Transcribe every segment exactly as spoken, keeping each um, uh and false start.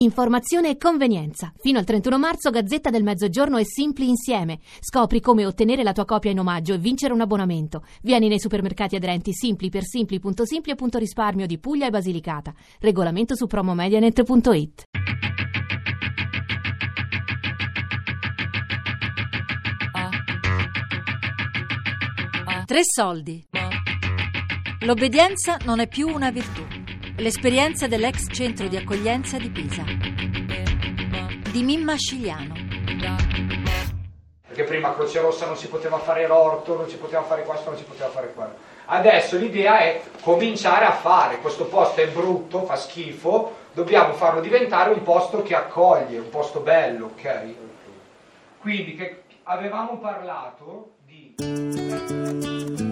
Informazione e convenienza. Fino al trentuno marzo Gazzetta del Mezzogiorno e Simpli insieme. Scopri come ottenere la tua copia in omaggio e vincere un abbonamento. Vieni nei supermercati aderenti Simpli per simpli punto simpli punto risparmio di Puglia e Basilicata. Regolamento su promomedianet punto it. Tre soldi. L'obbedienza non è più una virtù. L'esperienza dell'ex centro di accoglienza di Pisa. Di Mimma Scigliano. Perché prima a Croce Rossa non si poteva fare l'orto, non si poteva fare questo, non si poteva fare quello. Adesso l'idea è cominciare a fare, questo posto è brutto, fa schifo, dobbiamo farlo diventare un posto che accoglie, un posto bello, ok? Quindi che avevamo parlato di...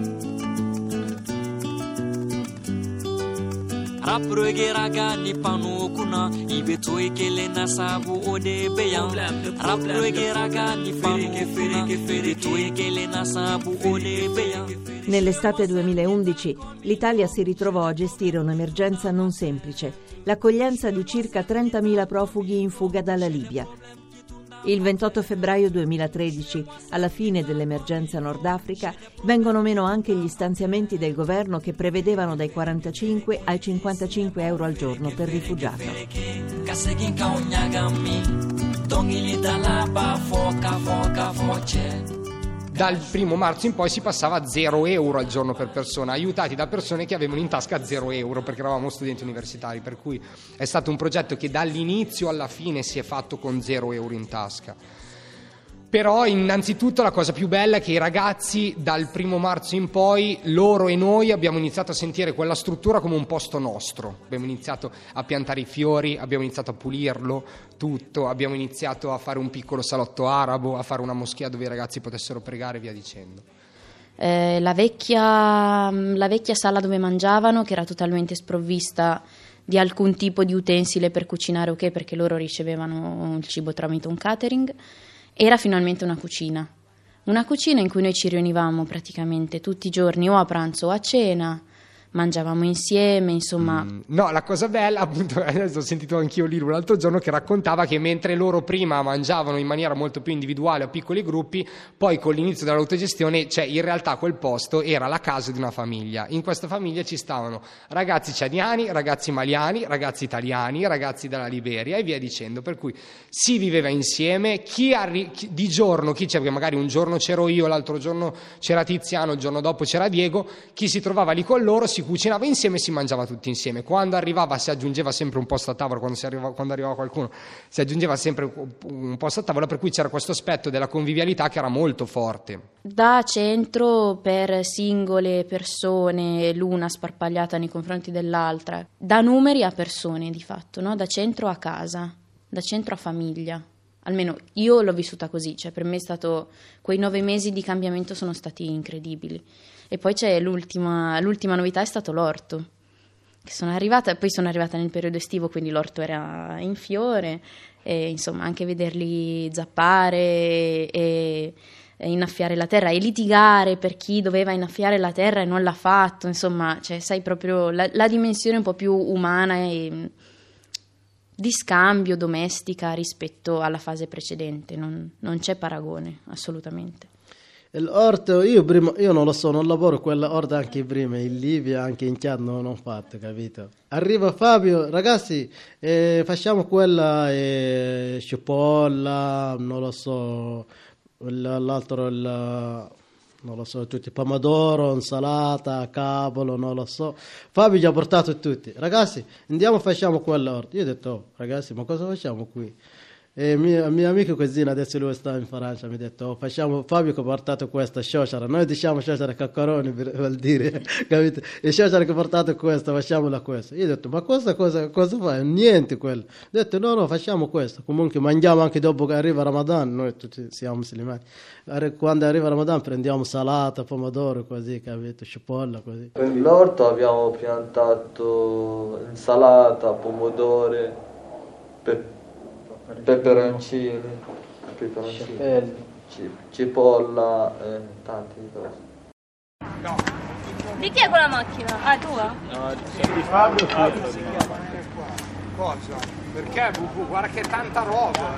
Rapproge ragani panokuna ibe toikele na sabu ode beyan Rapproge ragani panokuna ibe toikele na sabu ode beyan. Nell'estate duemilaundici l'Italia si ritrovò a gestire un'emergenza non semplice, l'accoglienza di circa trentamila profughi in fuga dalla Libia. Il ventotto febbraio duemilatredici, alla fine dell'emergenza Nord Africa, vengono meno anche gli stanziamenti del governo che prevedevano dai quarantacinque ai cinquantacinque euro al giorno per rifugiato. Dal primo marzo in poi si passava a zero euro al giorno per persona, aiutati da persone che avevano in tasca zero euro, perché eravamo studenti universitari, per cui è stato un progetto che dall'inizio alla fine si è fatto con zero euro in tasca. Però innanzitutto la cosa più bella è che i ragazzi dal primo marzo in poi, loro e noi, abbiamo iniziato a sentire quella struttura come un posto nostro. Abbiamo iniziato a piantare i fiori, abbiamo iniziato a pulirlo tutto, abbiamo iniziato a fare un piccolo salotto arabo, a fare una moschea dove i ragazzi potessero pregare e via dicendo. Eh, la vecchia, la vecchia sala dove mangiavano, che era totalmente sprovvista di alcun tipo di utensile per cucinare o che, perché loro ricevevano il cibo tramite un catering, era finalmente una cucina, una cucina in cui noi ci riunivamo praticamente tutti i giorni o a pranzo o a cena, mangiavamo insieme, insomma. Mm, no, la cosa bella, appunto, adesso ho sentito anch'io lì l'altro giorno che raccontava che mentre loro prima mangiavano in maniera molto più individuale a piccoli gruppi, poi con l'inizio dell'autogestione, cioè in realtà quel posto era la casa di una famiglia. In questa famiglia ci stavano ragazzi ciadiani, ragazzi maliani, ragazzi italiani, ragazzi dalla Liberia e via dicendo, per cui si viveva insieme, chi, arri- chi di giorno, chi c'è, perché magari un giorno c'ero io, l'altro giorno c'era Tiziano, il giorno dopo c'era Diego, chi si trovava lì con loro si cucinava insieme e si mangiava tutti insieme. Quando arrivava si aggiungeva sempre un posto a tavola, quando, si arrivava, quando arrivava qualcuno si aggiungeva sempre un posto a tavola, per cui c'era questo aspetto della convivialità che era molto forte. Da centro per singole persone, l'una sparpagliata nei confronti dell'altra, da numeri a persone di fatto, no? Da centro a casa, da centro a famiglia. Almeno io l'ho vissuta così, cioè per me è stato, quei nove mesi di cambiamento sono stati incredibili. E poi c'è l'ultima, l'ultima novità è stato l'orto, che sono arrivata, poi sono arrivata nel periodo estivo, quindi l'orto era in fiore, e insomma anche vederli zappare e, e innaffiare la terra e litigare per chi doveva innaffiare la terra e non l'ha fatto, insomma, cioè sai proprio la, la dimensione un po' più umana e di scambio, domestica rispetto alla fase precedente, non, non c'è paragone assolutamente. L'orto, io prima, io non lo so, non lavoro quell'orto anche prima, in Libia, anche in Chad non ho fatto, capito? Arriva Fabio, ragazzi, eh, facciamo quella eh, cipolla, non lo so, l'altro, il, non lo so, tutti, pomodoro, insalata, cavolo, non lo so. Fabio ci ha portato tutti, ragazzi, andiamo facciamo quell'orto. Io ho detto, oh, ragazzi, ma cosa facciamo qui? E mio, mio amico cosino, adesso lui sta in Francia, mi ha detto, oh, facciamo, Fabio che ha portato questa sciocera, noi diciamo sciocera caccaroni, vuol dire, capito? E sciocera che ha portato questa, facciamola questa. Io ho detto, ma cosa, cosa, cosa fai? Niente quello. Ho detto, no, no, facciamo questo. Comunque mangiamo anche dopo che arriva Ramadan, noi tutti siamo musulmani. Quando arriva Ramadan prendiamo salata, pomodoro, così, capito? Cipolla, così. Nell'orto abbiamo piantato insalata, pomodori, pe- peperoncini, peperoncini, cipolla e tante cose. No. Di chi è quella macchina? Ah, è tua? No, di Fabio. Cosa? Perché Bubu? Guarda che è tanta roba.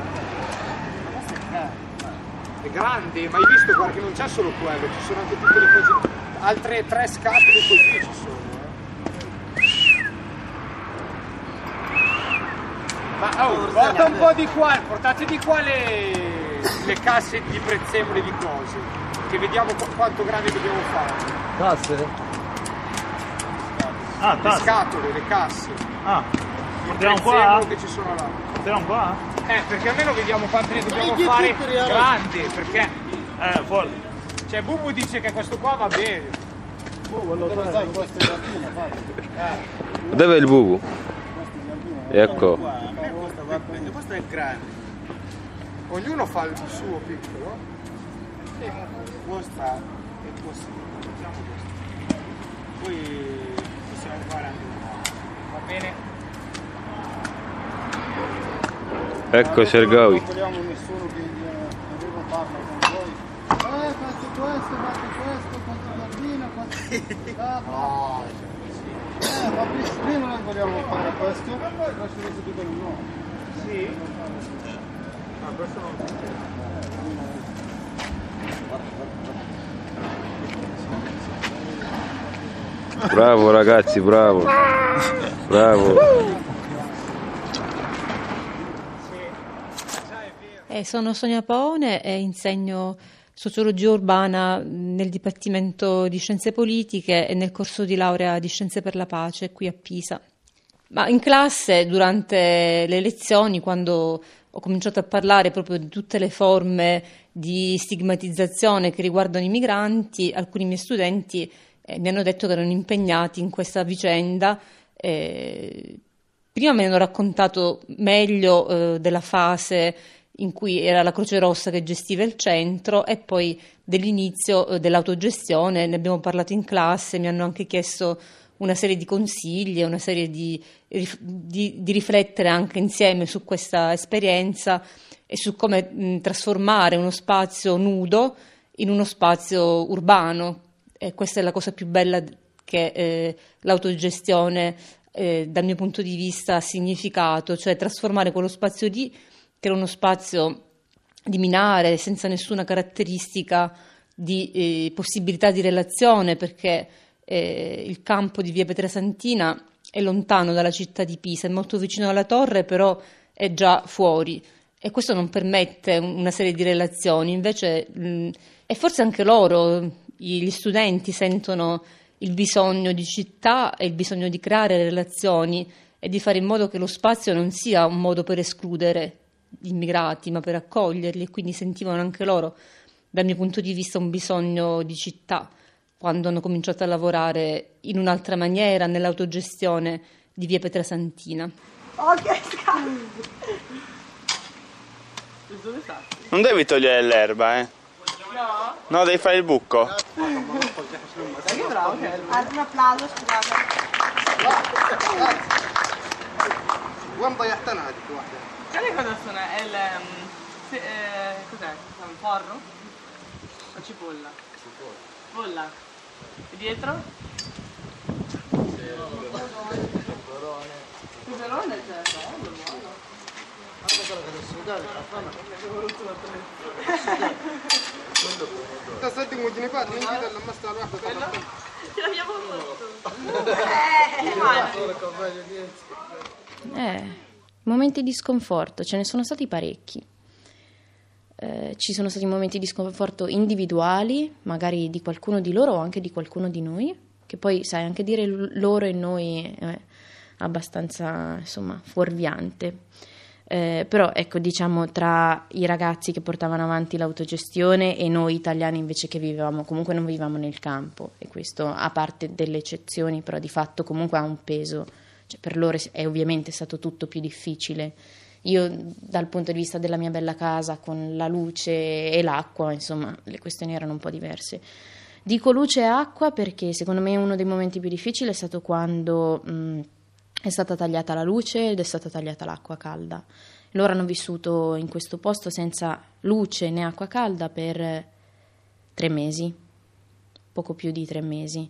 È grande, ma hai visto? Guarda che non c'è solo quello, ci sono anche tutte le cose. Altre tre scatole così ci sono. Eh. Ma oh, porta un po' di qua, portate di qua le, le casse di prezzemole di cose. Che vediamo qu- quanto grande dobbiamo fare. Casse? Ah, le scatole, le casse. Ah, portiamo qua? Che ci sono là. Portiamo qua? Eh, perché almeno vediamo quante ne dobbiamo fare grandi, perché... Eh, fuori. Cioè, Bubu dice che questo qua va bene. Dov'è il Bubu? Ecco. Questo è grande. Ognuno fa il suo piccolo. E questa e questo. Facciamo questo. Poi possiamo fare anche un po'. Va bene? Ecco Sergawi. Non vogliamo nessuno che arriva a farlo con voi. Eh, fate questo, fate questo, quanto giardino, quanto... No, eh, ma prima non vogliamo fare questo, questo lo dicono no. Sì? Ma questo non si Bravo ragazzi, bravo. Bravo. Eh, sono Sonia Paone e insegno sociologia urbana nel Dipartimento di Scienze Politiche e nel corso di laurea di Scienze per la Pace qui a Pisa. Ma in classe, durante le lezioni, quando ho cominciato a parlare proprio di tutte le forme di stigmatizzazione che riguardano i migranti, alcuni miei studenti eh, mi hanno detto che erano impegnati in questa vicenda. Eh, prima mi hanno raccontato meglio eh, della fase in cui era la Croce Rossa che gestiva il centro e poi dell'inizio eh, dell'autogestione. Ne abbiamo parlato in classe, mi hanno anche chiesto una serie di consigli, una serie di, di, di riflettere anche insieme su questa esperienza e su come mh, trasformare uno spazio nudo in uno spazio urbano. E questa è la cosa più bella che eh, l'autogestione eh, dal mio punto di vista ha significato, cioè trasformare quello spazio lì, che era uno spazio di minare senza nessuna caratteristica di eh, possibilità di relazione, perché eh, il campo di via Pietrasantina è lontano dalla città di Pisa, è molto vicino alla torre, però è già fuori e questo non permette una serie di relazioni. Invece mh, e forse anche loro, gli studenti, sentono il bisogno di città e il bisogno di creare relazioni e di fare in modo che lo spazio non sia un modo per escludere gli immigrati, ma per accoglierli, e quindi sentivano anche loro, dal mio punto di vista, un bisogno di città quando hanno cominciato a lavorare in un'altra maniera nell'autogestione di via Pietrasantina. Ok, non devi togliere l'erba, eh? No? No, devi fare il bucco. Dai che bravo che è. Un applauso, scusate. Guarda, yahtanati, guarda. Sai cosa sono? È il... Um, se, eh, cos'è? Un porro? O cipolla? Cipolla. Cipolla. E dietro? Peperone. Peperone c'è, bello, buono. Guarda quello che adesso dai, la fama. Sta stati un ne fate, non gli dà la massa alla acqua. Ce l'abbiamo fatto. Eh, Eh, momenti di sconforto, ce ne sono stati parecchi. Eh, ci sono stati momenti di sconforto individuali, magari di qualcuno di loro o anche di qualcuno di noi, che poi, sai, anche dire loro e noi è abbastanza, insomma, fuorviante. Eh, però, ecco, diciamo, tra i ragazzi che portavano avanti l'autogestione e noi italiani invece che vivevamo, comunque non vivevamo nel campo, e questo, a parte delle eccezioni, però di fatto comunque ha un peso. Cioè, per loro è ovviamente stato tutto più difficile. Io, dal punto di vista della mia bella casa, con la luce e l'acqua, insomma, le questioni erano un po' diverse. Dico luce e acqua perché secondo me uno dei momenti più difficili è stato quando mh, è stata tagliata la luce ed è stata tagliata l'acqua calda. Loro hanno vissuto in questo posto senza luce né acqua calda per tre mesi, poco più di tre mesi.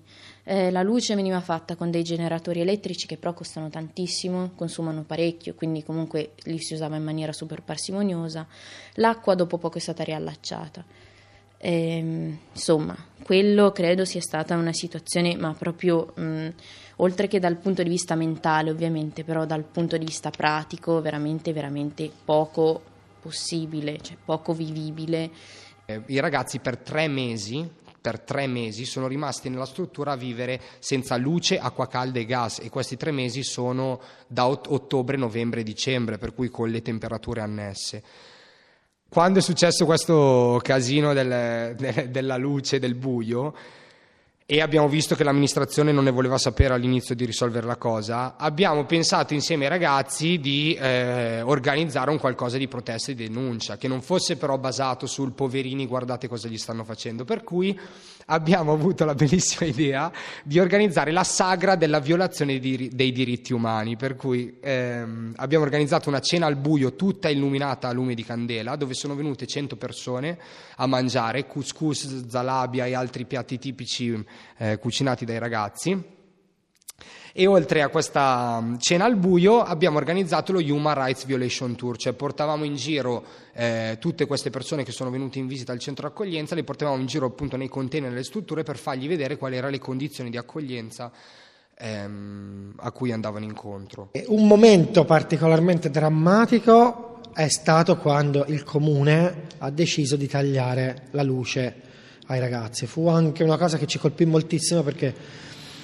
Eh, la luce veniva fatta con dei generatori elettrici che però costano tantissimo, consumano parecchio, quindi comunque li si usava in maniera super parsimoniosa. L'acqua dopo poco è stata riallacciata. Eh, insomma, quello credo sia stata una situazione, ma proprio mh, oltre che dal punto di vista mentale ovviamente, però dal punto di vista pratico veramente veramente poco possibile, cioè poco vivibile. Eh, i ragazzi per tre mesi per tre mesi sono rimasti nella struttura a vivere senza luce, acqua calda e gas, e questi tre mesi sono da ot- ottobre, novembre e dicembre, per cui con le temperature annesse. Quando è successo questo casino del, de, della luce, del buio, e abbiamo visto che l'amministrazione non ne voleva sapere all'inizio di risolvere la cosa, abbiamo pensato insieme ai ragazzi di eh, organizzare un qualcosa di protesta e di denuncia, che non fosse però basato sul poverini guardate cosa gli stanno facendo, per cui abbiamo avuto la bellissima idea di organizzare la sagra della violazione dei, dei diritti umani, per cui ehm, abbiamo organizzato una cena al buio tutta illuminata a lume di candela, dove sono venute cento persone a mangiare couscous, zalabia e altri piatti tipici eh, cucinati dai ragazzi. E oltre a questa cena al buio abbiamo organizzato lo Human Rights Violation Tour, cioè portavamo in giro eh, tutte queste persone che sono venute in visita al centro d'accoglienza, le portavamo in giro appunto nei container, nelle strutture, per fargli vedere quali erano le condizioni di accoglienza ehm, a cui andavano incontro. Un momento particolarmente drammatico è stato quando il comune ha deciso di tagliare la luce ai ragazzi. Fu anche una cosa che ci colpì moltissimo, perché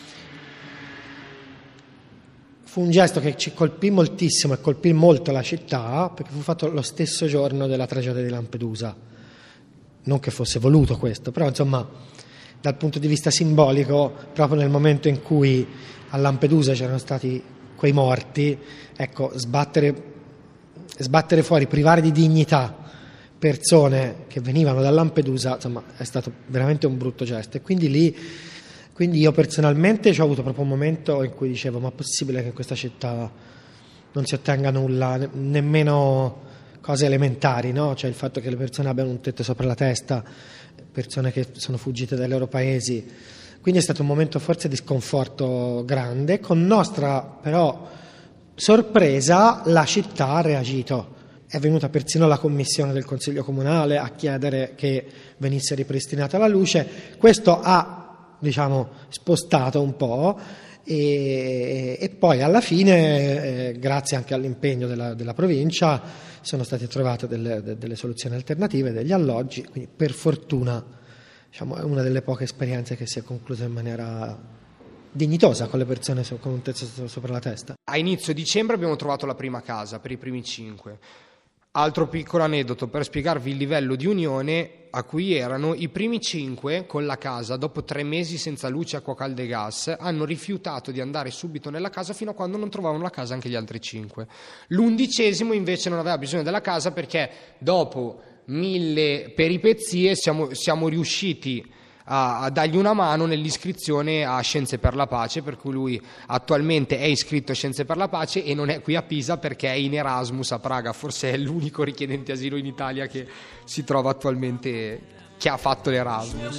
fu un gesto che ci colpì moltissimo e colpì molto la città, perché fu fatto lo stesso giorno della tragedia di Lampedusa. Non che fosse voluto questo, però insomma dal punto di vista simbolico, proprio nel momento in cui a Lampedusa c'erano stati quei morti, ecco, sbattere, sbattere fuori, privare di dignità persone che venivano da Lampedusa, insomma è stato veramente un brutto gesto. E quindi lì Quindi io personalmente ho avuto proprio un momento in cui dicevo: ma è possibile che in questa città non si ottenga nulla, ne- nemmeno cose elementari, no? Cioè il fatto che le persone abbiano un tetto sopra la testa, persone che sono fuggite dai loro paesi. Quindi è stato un momento forse di sconforto grande. Con nostra però sorpresa la città ha reagito. È venuta persino la commissione del Consiglio Comunale a chiedere che venisse ripristinata la luce. Questo ha diciamo spostato un po' e, e poi alla fine eh, grazie anche all'impegno della, della provincia sono state trovate delle, de, delle soluzioni alternative, degli alloggi, quindi per fortuna diciamo è una delle poche esperienze che si è conclusa in maniera dignitosa, con le persone con un tetto sopra la testa. A inizio dicembre abbiamo trovato la prima casa per i primi cinque. Altro piccolo aneddoto per spiegarvi il livello di unione a cui erano: i primi cinque con la casa, dopo tre mesi senza luce, acqua calda e gas, hanno rifiutato di andare subito nella casa fino a quando non trovavano la casa anche gli altri cinque. L'undicesimo invece non aveva bisogno della casa, perché dopo mille peripezie siamo, siamo riusciti a, a dargli una mano nell'iscrizione a Scienze per la Pace, per cui lui attualmente è iscritto a Scienze per la Pace e non è qui a Pisa perché è in Erasmus a Praga. Forse è l'unico richiedente asilo in Italia che si trova attualmente, che ha fatto l'Erasmus.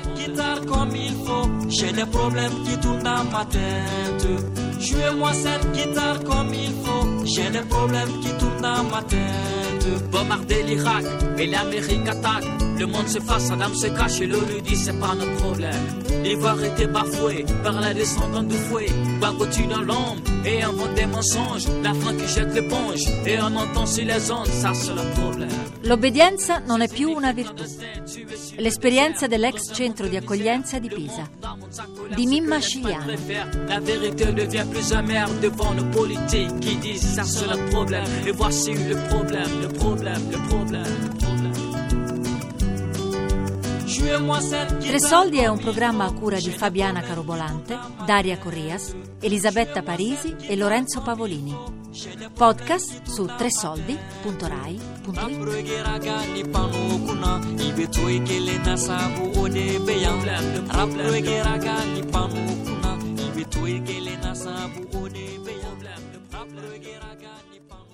Jouez-moi cette guitare comme il faut, j'ai des problèmes qui tournent dans ma tête. Bombarder l'Irak et l'Amérique attaque. Le monde s'efface, Saddam se cache et le lui dit c'est pas notre problème. L'ivoire était bafoué par la descendante du fouet. Bagotu dans l'ombre et invente des mensonges. La fin qui jette l'éponge et on entend sur les ondes, ça c'est le problème. L'obbedienza non è più una virtù. L'esperienza dell'ex centro di accoglienza di Pisa, di Mimma Scigliano. La vérité devient plus amère devant nos politiques qui disent ça c'est le problème. Et voici le problème, le problème, le problème. Tre Soldi è un programma a cura di Fabiana Carobolante, Daria Corrias, Elisabetta Parisi e Lorenzo Pavolini. Podcast su tresoldi punto rai punto it.